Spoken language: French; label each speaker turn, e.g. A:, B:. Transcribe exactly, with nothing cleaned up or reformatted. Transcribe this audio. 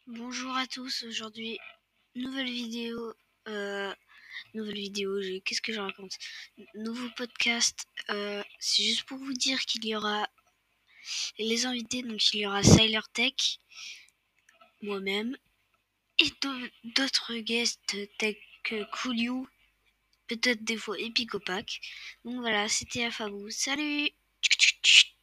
A: Bonjour à tous, aujourd'hui, nouvelle vidéo, euh, nouvelle vidéo, j'ai- qu'est-ce que je raconte? Nouveau podcast, euh, c'est juste pour vous dire qu'il y aura les invités, donc il y aura SilerTech, moi-même, et d'autres guests tels que Coolio, peut-être des fois Epicopac. Donc voilà, c'était Afabou, salut!